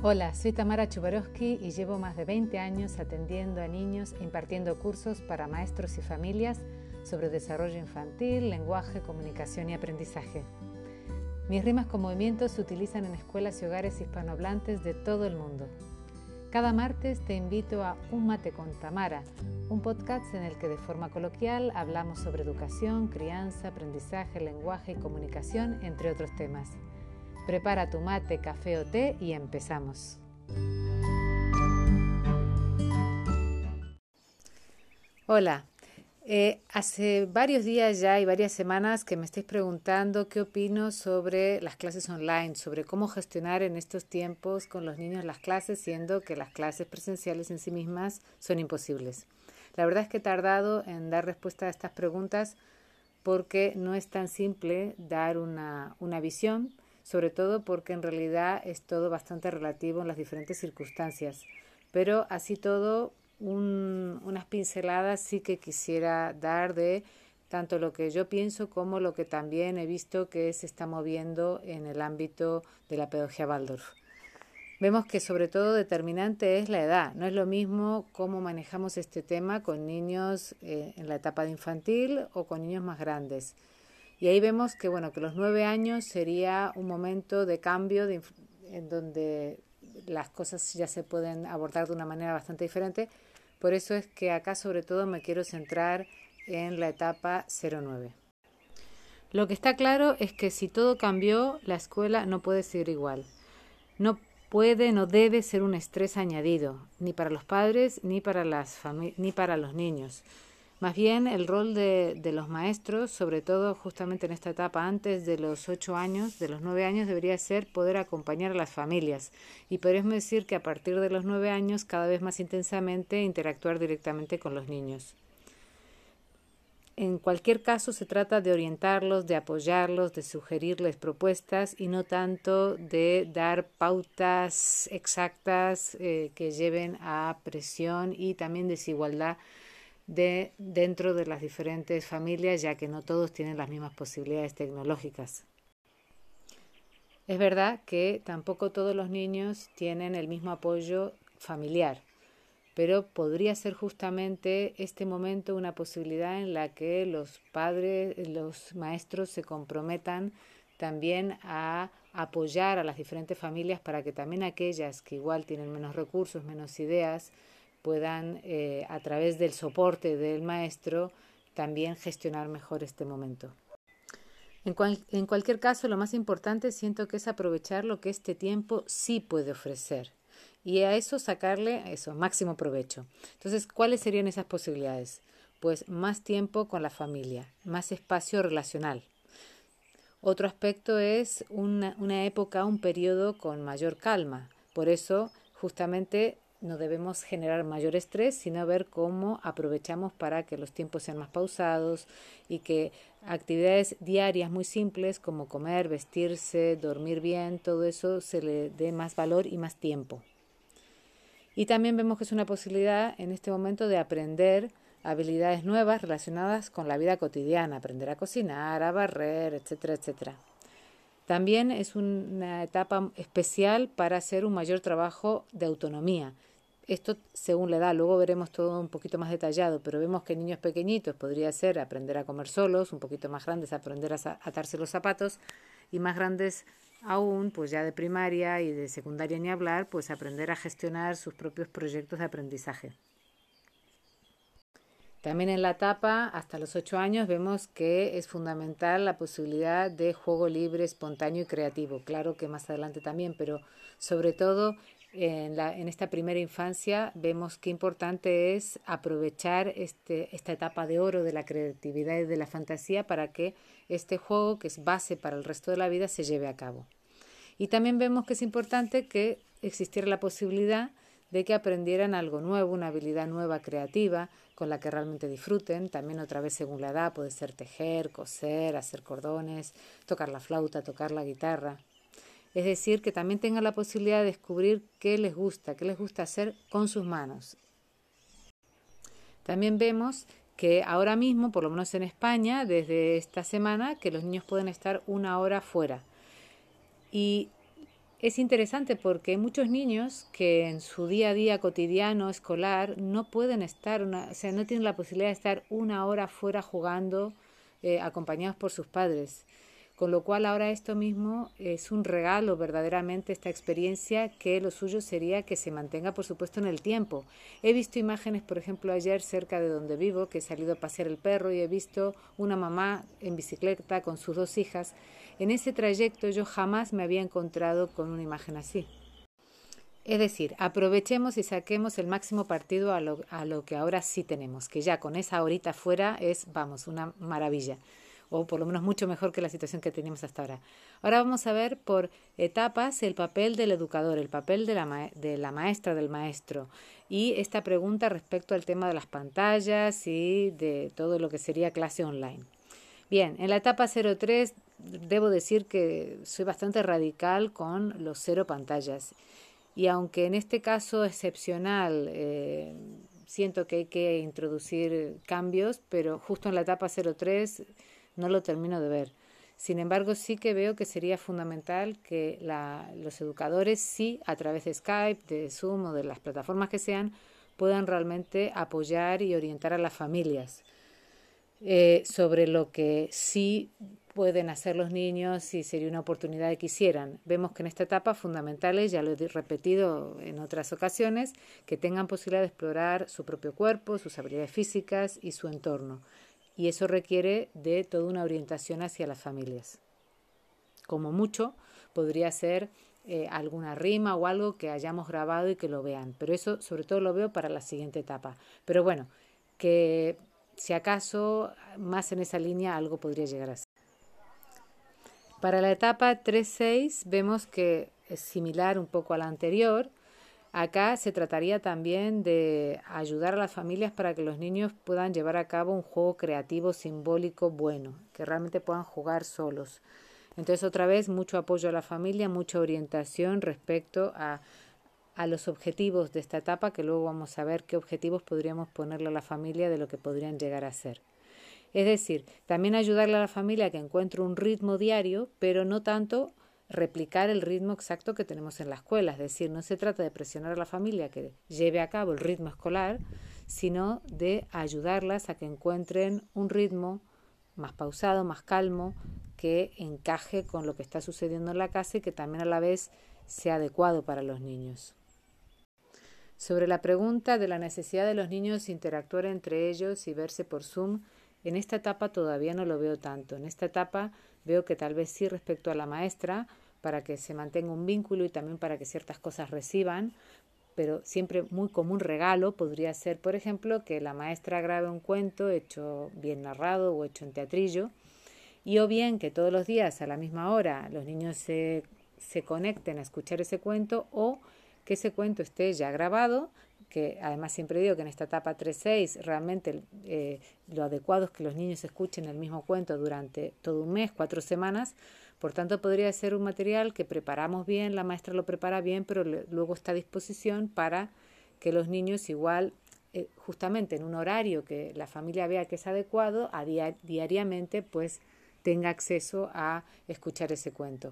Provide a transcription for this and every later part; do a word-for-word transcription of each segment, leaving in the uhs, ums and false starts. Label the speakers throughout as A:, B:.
A: Hola, soy Tamara Chubarovsky y llevo más de veinte años atendiendo a niños e impartiendo cursos para maestros y familias sobre desarrollo infantil, lenguaje, comunicación y aprendizaje. Mis rimas con movimientos se utilizan en escuelas y hogares hispanohablantes de todo el mundo. Cada martes te invito a Un Mate con Tamara, un podcast en el que de forma coloquial hablamos sobre educación, crianza, aprendizaje, lenguaje y comunicación, entre otros temas. Prepara tu mate, café o té y empezamos. Hola, eh, hace varios días ya y varias semanas que me estáis preguntando qué opino sobre las clases online, sobre cómo gestionar en estos tiempos con los niños las clases, siendo que las clases presenciales en sí mismas son imposibles. La verdad es que he tardado en dar respuesta a estas preguntas porque no es tan simple dar una, una visión, sobre todo porque en realidad es todo bastante relativo en las diferentes circunstancias. Pero así todo, un, unas pinceladas sí que quisiera dar de tanto lo que yo pienso como lo que también he visto que se está moviendo en el ámbito de la pedagogía Waldorf. Vemos que sobre todo determinante es la edad. No es lo mismo cómo manejamos este tema con niños eh, en la etapa de infantil o con niños más grandes. Y ahí vemos que, bueno, que los nueve años sería un momento de cambio de, en donde las cosas ya se pueden abordar de una manera bastante diferente. Por eso es que acá sobre todo me quiero centrar en la etapa cero nueve. Lo que está claro es que si todo cambió, la escuela no puede seguir igual. No puede, no debe ser un estrés añadido, ni para los padres ni para, las fami- ni para los niños. Más bien el rol de, de los maestros, sobre todo justamente en esta etapa antes de los ocho años, de los nueve años, debería ser poder acompañar a las familias. Y podríamos decir que a partir de los nueve años, cada vez más intensamente, interactuar directamente con los niños. En cualquier caso, se trata de orientarlos, de apoyarlos, de sugerirles propuestas y no tanto de dar pautas exactas eh, que lleven a presión y también desigualdad de dentro de las diferentes familias, ya que no todos tienen las mismas posibilidades tecnológicas. Es verdad que tampoco todos los niños tienen el mismo apoyo familiar, pero podría ser justamente este momento una posibilidad en la que los padres, los maestros se comprometan también a apoyar a las diferentes familias para que también aquellas que igual tienen menos recursos, menos ideas, puedan, eh, a través del soporte del maestro, también gestionar mejor este momento. En, cual, en cualquier caso, lo más importante siento que es aprovechar lo que este tiempo sí puede ofrecer y a eso sacarle eso, máximo provecho. Entonces, ¿cuáles serían esas posibilidades? Pues más tiempo con la familia, más espacio relacional. Otro aspecto es una, una época, un periodo con mayor calma. Por eso, justamente, no debemos generar mayor estrés, sino ver cómo aprovechamos para que los tiempos sean más pausados y que actividades diarias muy simples como comer, vestirse, dormir bien, todo eso se le dé más valor y más tiempo. Y también vemos que es una posibilidad en este momento de aprender habilidades nuevas relacionadas con la vida cotidiana, aprender a cocinar, a barrer, etcétera, etcétera. También es una etapa especial para hacer un mayor trabajo de autonomía. Esto según la edad, luego veremos todo un poquito más detallado, pero vemos que en niños pequeñitos podría ser aprender a comer solos, un poquito más grandes aprender a atarse los zapatos y más grandes aún, pues ya de primaria y de secundaria ni hablar, pues aprender a gestionar sus propios proyectos de aprendizaje. También en la etapa hasta los ocho años vemos que es fundamental la posibilidad de juego libre, espontáneo y creativo. Claro que más adelante también, pero sobre todo en, la, en esta primera infancia vemos qué importante es aprovechar este, esta etapa de oro de la creatividad y de la fantasía para que este juego, que es base para el resto de la vida, se lleve a cabo. Y también vemos que es importante que existiera la posibilidad de que aprendieran algo nuevo, una habilidad nueva creativa con la que realmente disfruten. También otra vez según la edad puede ser tejer, coser, hacer cordones, tocar la flauta, tocar la guitarra. Es decir, que también tengan la posibilidad de descubrir qué les gusta, qué les gusta hacer con sus manos. También vemos que ahora mismo, por lo menos en España, desde esta semana, que los niños pueden estar una hora fuera. Y es interesante porque hay muchos niños que en su día a día cotidiano escolar no pueden estar, una, o sea, no tienen la posibilidad de estar una hora fuera jugando eh, acompañados por sus padres. Con lo cual ahora esto mismo es un regalo verdaderamente esta experiencia, que lo suyo sería que se mantenga por supuesto en el tiempo. He visto imágenes, por ejemplo ayer cerca de donde vivo, que he salido a pasear el perro y he visto una mamá en bicicleta con sus dos hijas. En ese trayecto yo jamás me había encontrado con una imagen así. Es decir, aprovechemos y saquemos el máximo partido a lo, a lo que ahora sí tenemos, que ya con esa horita fuera es, vamos, una maravilla, o por lo menos mucho mejor que la situación que teníamos hasta ahora. Ahora vamos a ver por etapas el papel del educador, el papel de la, ma de la maestra, del maestro, y esta pregunta respecto al tema de las pantallas y de todo lo que sería clase online. Bien, en la etapa cero tres debo decir que soy bastante radical con los cero pantallas. Y aunque en este caso excepcional eh, siento que hay que introducir cambios, pero justo en la etapa cero tres no lo termino de ver. Sin embargo, sí que veo que sería fundamental que la, los educadores, sí, a través de Skype, de Zoom o de las plataformas que sean, puedan realmente apoyar y orientar a las familias eh, sobre lo que sí pueden hacer los niños si sería una oportunidad que quisieran. Vemos que en esta etapa fundamentales, ya lo he repetido en otras ocasiones, que tengan posibilidad de explorar su propio cuerpo, sus habilidades físicas y su entorno. Y eso requiere de toda una orientación hacia las familias. Como mucho podría ser eh, alguna rima o algo que hayamos grabado y que lo vean, pero eso sobre todo lo veo para la siguiente etapa. Pero bueno, que si acaso más en esa línea algo podría llegar a ser. Para la etapa tres seis vemos que es similar un poco a la anterior. Acá se trataría también de ayudar a las familias para que los niños puedan llevar a cabo un juego creativo, simbólico, bueno, que realmente puedan jugar solos. Entonces, otra vez, mucho apoyo a la familia, mucha orientación respecto a, a los objetivos de esta etapa, que luego vamos a ver qué objetivos podríamos ponerle a la familia de lo que podrían llegar a ser. Es decir, también ayudarle a la familia a que encuentre un ritmo diario, pero no tanto replicar el ritmo exacto que tenemos en la escuela. Es decir, no se trata de presionar a la familia que lleve a cabo el ritmo escolar, sino de ayudarlas a que encuentren un ritmo más pausado, más calmo, que encaje con lo que está sucediendo en la casa y que también a la vez sea adecuado para los niños. Sobre la pregunta de la necesidad de los niños interactuar entre ellos y verse por Zoom, en esta etapa todavía no lo veo tanto. En esta etapa veo que tal vez sí respecto a la maestra, para que se mantenga un vínculo y también para que ciertas cosas reciban, pero siempre muy como un regalo podría ser, por ejemplo, que la maestra grabe un cuento hecho bien narrado o hecho en teatrillo, y o bien que todos los días a la misma hora los niños se, se conecten a escuchar ese cuento, o que ese cuento esté ya grabado, que además siempre digo que en esta etapa tres seis realmente eh, lo adecuado es que los niños escuchen el mismo cuento durante todo un mes, cuatro semanas. Por tanto, podría ser un material que preparamos bien, la maestra lo prepara bien, pero le, luego está a disposición para que los niños igual, eh, justamente en un horario que la familia vea que es adecuado, a dia diariamente pues tenga acceso a escuchar ese cuento.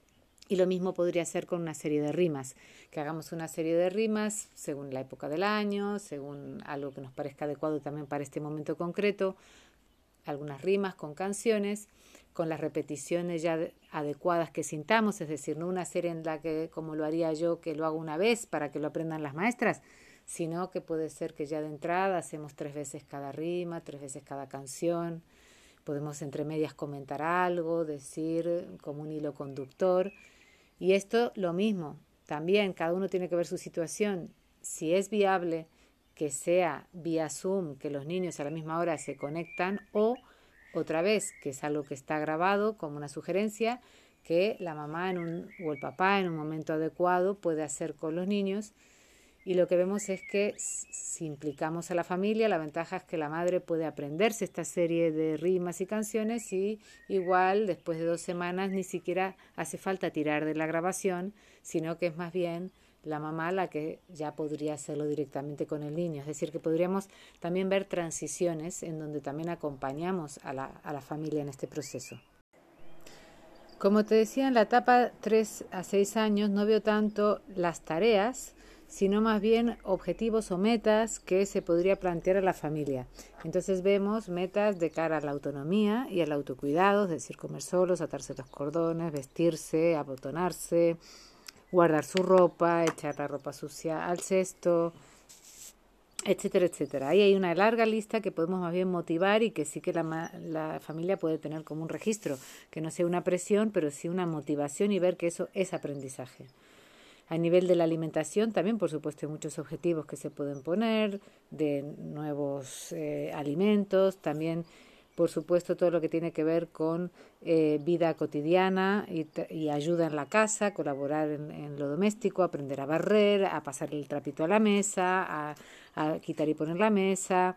A: Y lo mismo podría ser con una serie de rimas, que hagamos una serie de rimas según la época del año, según algo que nos parezca adecuado también para este momento concreto, algunas rimas con canciones, con las repeticiones ya adecuadas que sintamos, es decir, no una serie en la que, como lo haría yo, que lo hago una vez para que lo aprendan las maestras, sino que puede ser que ya de entrada hacemos tres veces cada rima, tres veces cada canción, podemos entre medias comentar algo, decir como un hilo conductor. Y esto lo mismo, también cada uno tiene que ver su situación. Si es viable que sea vía Zoom, que los niños a la misma hora se conectan, o otra vez, que es algo que está grabado como una sugerencia, que la mamá en un, o el papá en un momento adecuado puede hacer con los niños. Y lo que vemos es que si implicamos a la familia, la ventaja es que la madre puede aprenderse esta serie de rimas y canciones, y igual después de dos semanas ni siquiera hace falta tirar de la grabación, sino que es más bien la mamá la que ya podría hacerlo directamente con el niño. Es decir, que podríamos también ver transiciones en donde también acompañamos a la, a la familia en este proceso. Como te decía, en la etapa tres a seis años no veo tanto las tareas, sino más bien objetivos o metas que se podría plantear a la familia. Entonces vemos metas de cara a la autonomía y al autocuidado, es decir, comer solos, atarse los cordones, vestirse, abotonarse, guardar su ropa, echar la ropa sucia al cesto, etcétera, etcétera. Ahí hay una larga lista que podemos más bien motivar y que sí que la, la familia puede tener como un registro, que no sea una presión, pero sí una motivación y ver que eso es aprendizaje. A nivel de la alimentación también, por supuesto, hay muchos objetivos que se pueden poner, de nuevos eh, alimentos, también, por supuesto, todo lo que tiene que ver con eh, vida cotidiana y, y ayuda en la casa, colaborar en, en lo doméstico, aprender a barrer, a pasar el trapito a la mesa, a, a quitar y poner la mesa.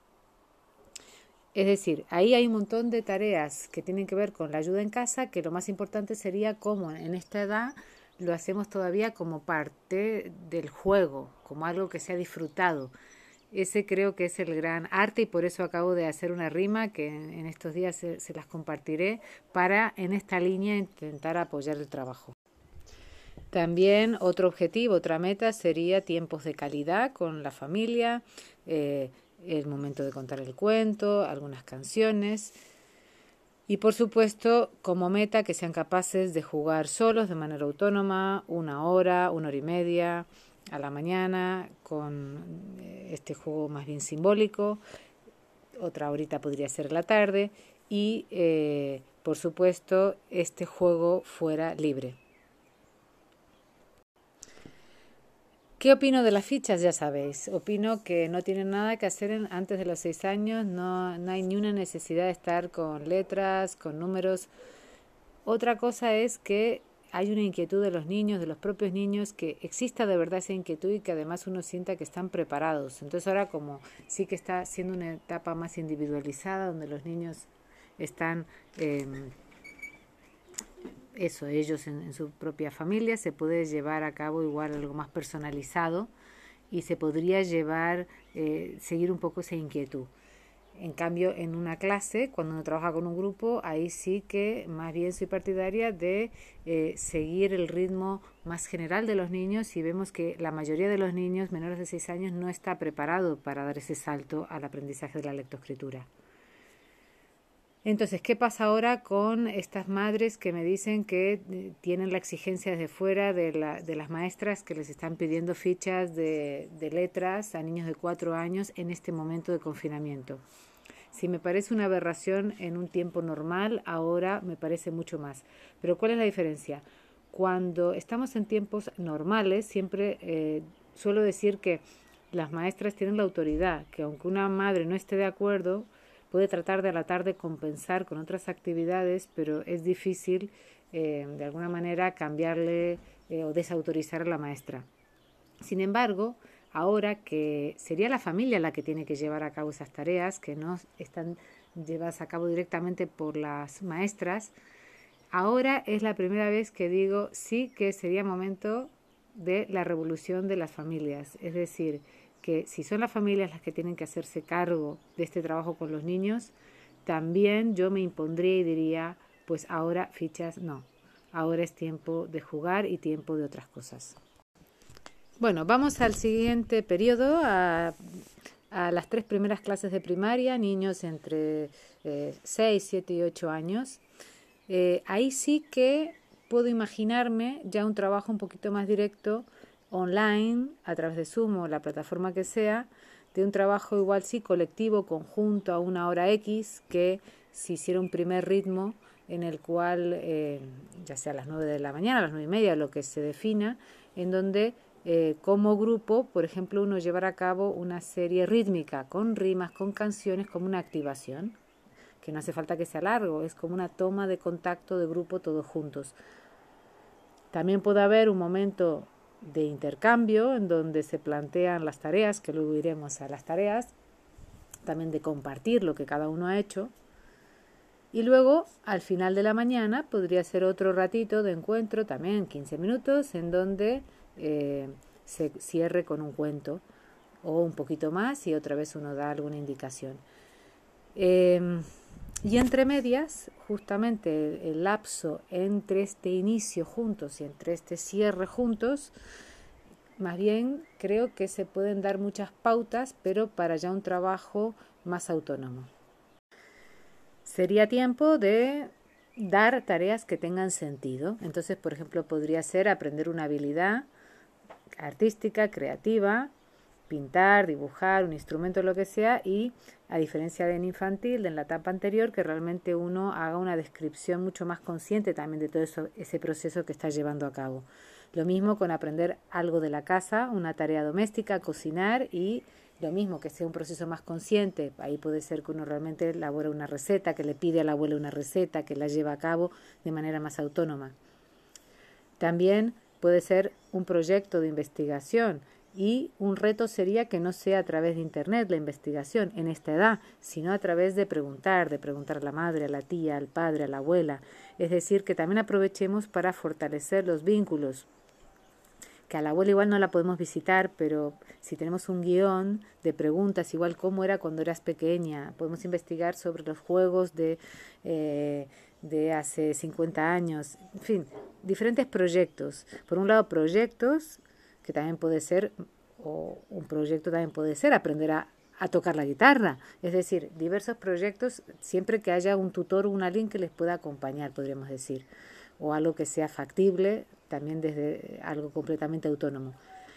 A: Es decir, ahí hay un montón de tareas que tienen que ver con la ayuda en casa, que lo más importante sería cómo en esta edad lo hacemos todavía como parte del juego, como algo que sea disfrutado. Ese creo que es el gran arte y por eso acabo de hacer una rima que en estos días se, se las compartiré para en esta línea intentar apoyar el trabajo. También otro objetivo, otra meta sería tiempos de calidad con la familia, eh, el momento de contar el cuento, algunas canciones. Y por supuesto, como meta, que sean capaces de jugar solos de manera autónoma, una hora, una hora y media a la mañana, con este juego más bien simbólico, otra horita podría ser la tarde, y eh, por supuesto, este juego fuera libre. ¿Qué opino de las fichas? Ya sabéis, opino que no tienen nada que hacer en, antes de los seis años, no, no hay ni una necesidad de estar con letras, con números. Otra cosa es que hay una inquietud de los niños, de los propios niños, que exista de verdad esa inquietud y que además uno sienta que están preparados. Entonces ahora como sí que está siendo una etapa más individualizada, donde los niños están... Eh, eso, ellos en, en su propia familia, se puede llevar a cabo igual algo más personalizado y se podría llevar, eh, seguir un poco esa inquietud. En cambio, en una clase, cuando uno trabaja con un grupo, ahí sí que más bien soy partidaria de eh, seguir el ritmo más general de los niños y vemos que la mayoría de los niños menores de seis años no está preparado para dar ese salto al aprendizaje de la lectoescritura. Entonces, ¿qué pasa ahora con estas madres que me dicen que tienen la exigencia desde fuera de, la, de las maestras que les están pidiendo fichas de, de letras a niños de cuatro años en este momento de confinamiento? Si me parece una aberración en un tiempo normal, ahora me parece mucho más. Pero ¿cuál es la diferencia? Cuando estamos en tiempos normales, siempre eh, suelo decir que las maestras tienen la autoridad, que aunque una madre no esté de acuerdo, puede tratar de a la tarde compensar con otras actividades, pero es difícil eh, de alguna manera cambiarle eh, o desautorizar a la maestra. Sin embargo, ahora que sería la familia la que tiene que llevar a cabo esas tareas, que no están llevadas a cabo directamente por las maestras, ahora es la primera vez que digo sí que sería momento de la revolución de las familias, es decir, que si son las familias las que tienen que hacerse cargo de este trabajo con los niños, también yo me impondría y diría, pues ahora fichas no, ahora es tiempo de jugar y tiempo de otras cosas. Bueno, vamos al siguiente periodo, a, a las tres primeras clases de primaria, niños entre eh, seis, siete y ocho años. Eh, ahí sí que puedo imaginarme ya un trabajo un poquito más directo online, a través de Zoom o la plataforma que sea, de un trabajo igual sí colectivo, conjunto, a una hora X, que si hiciera un primer ritmo en el cual, eh, ya sea a las nueve de la mañana, a las nueve y media, lo que se defina, en donde eh, como grupo, por ejemplo, uno llevará a cabo una serie rítmica, con rimas, con canciones, como una activación, que no hace falta que sea largo, es como una toma de contacto de grupo todos juntos. También puede haber un momento de intercambio en donde se plantean las tareas, que luego iremos a las tareas, también de compartir lo que cada uno ha hecho, y luego al final de la mañana podría ser otro ratito de encuentro, también quince minutos, en donde eh, se cierre con un cuento o un poquito más y otra vez uno da alguna indicación. Eh, Y entre medias, justamente el, el lapso entre este inicio juntos y entre este cierre juntos, más bien creo que se pueden dar muchas pautas, pero para ya un trabajo más autónomo. Sería tiempo de dar tareas que tengan sentido. Entonces, por ejemplo, podría ser aprender una habilidad artística, creativa, pintar, dibujar, un instrumento, lo que sea, y a diferencia de en infantil, de en la etapa anterior, que realmente uno haga una descripción mucho más consciente también de todo eso, ese proceso que está llevando a cabo. Lo mismo con aprender algo de la casa, una tarea doméstica, cocinar, y lo mismo que sea un proceso más consciente. Ahí puede ser que uno realmente elabora una receta, que le pide a la abuela una receta, que la lleva a cabo de manera más autónoma. También puede ser un proyecto de investigación, y un reto sería que no sea a través de internet la investigación en esta edad, sino a través de preguntar, de preguntar a la madre, a la tía, al padre, a la abuela. Es decir, que también aprovechemos para fortalecer los vínculos. Que a la abuela igual no la podemos visitar, pero si tenemos un guión de preguntas, igual cómo era cuando eras pequeña, podemos investigar sobre los juegos de, eh, de hace cincuenta años, en fin, diferentes proyectos. Por un lado, proyectos, que también puede ser, o un proyecto también puede ser aprender a, a tocar la guitarra, es decir, diversos proyectos, siempre que haya un tutor o un alguien que les pueda acompañar, podríamos decir, o algo que sea factible, también desde algo completamente autónomo.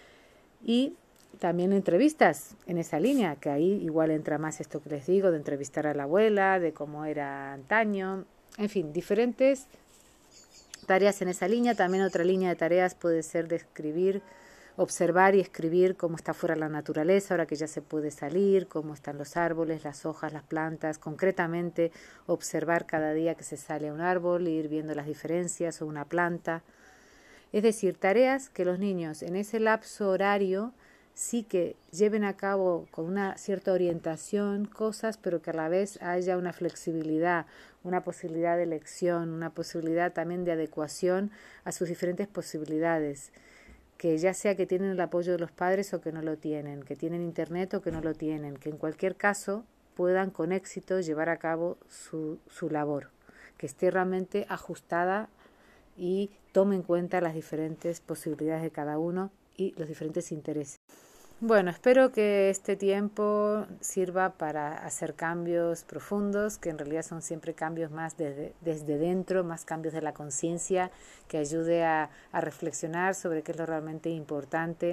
A: Y también entrevistas en esa línea, que ahí igual entra más esto que les digo, de entrevistar a la abuela, de cómo era antaño, en fin, diferentes tareas en esa línea. También otra línea de tareas puede ser de escribir, observar y escribir cómo está fuera la naturaleza, ahora que ya se puede salir, cómo están los árboles, las hojas, las plantas, concretamente observar cada día que se sale a un árbol, ir viendo las diferencias o una planta. Es decir, tareas que los niños en ese lapso horario sí que lleven a cabo con una cierta orientación cosas, pero que a la vez haya una flexibilidad, una posibilidad de elección, una posibilidad también de adecuación a sus diferentes posibilidades, que ya sea que tienen el apoyo de los padres o que no lo tienen, que tienen internet o que no lo tienen, que en cualquier caso puedan con éxito llevar a cabo su, su labor, que esté realmente ajustada y tome en cuenta las diferentes posibilidades de cada uno y los diferentes intereses. Bueno, espero que este tiempo sirva para hacer cambios profundos, que en realidad son siempre cambios más desde, desde dentro, más cambios de la conciencia, que ayude a, a reflexionar sobre qué es lo realmente importante.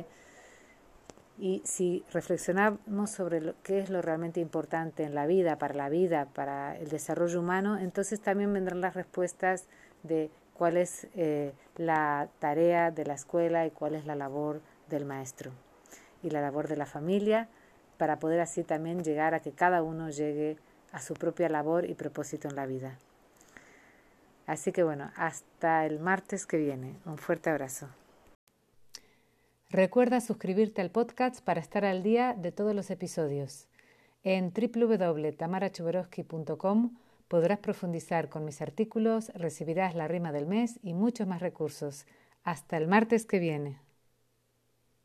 A: Y si reflexionamos sobre lo, qué es lo realmente importante en la vida, para la vida, para el desarrollo humano, entonces también vendrán las respuestas de cuál es eh, la tarea de la escuela y cuál es la labor del maestro y la labor de la familia, para poder así también llegar a que cada uno llegue a su propia labor y propósito en la vida. Así que bueno, hasta el martes que viene. Un fuerte abrazo. Recuerda suscribirte al podcast para estar al día de todos los episodios. En w w w punto tamara chuberovsky punto com podrás profundizar con mis artículos, recibirás la rima del mes y muchos más recursos. Hasta el martes que viene.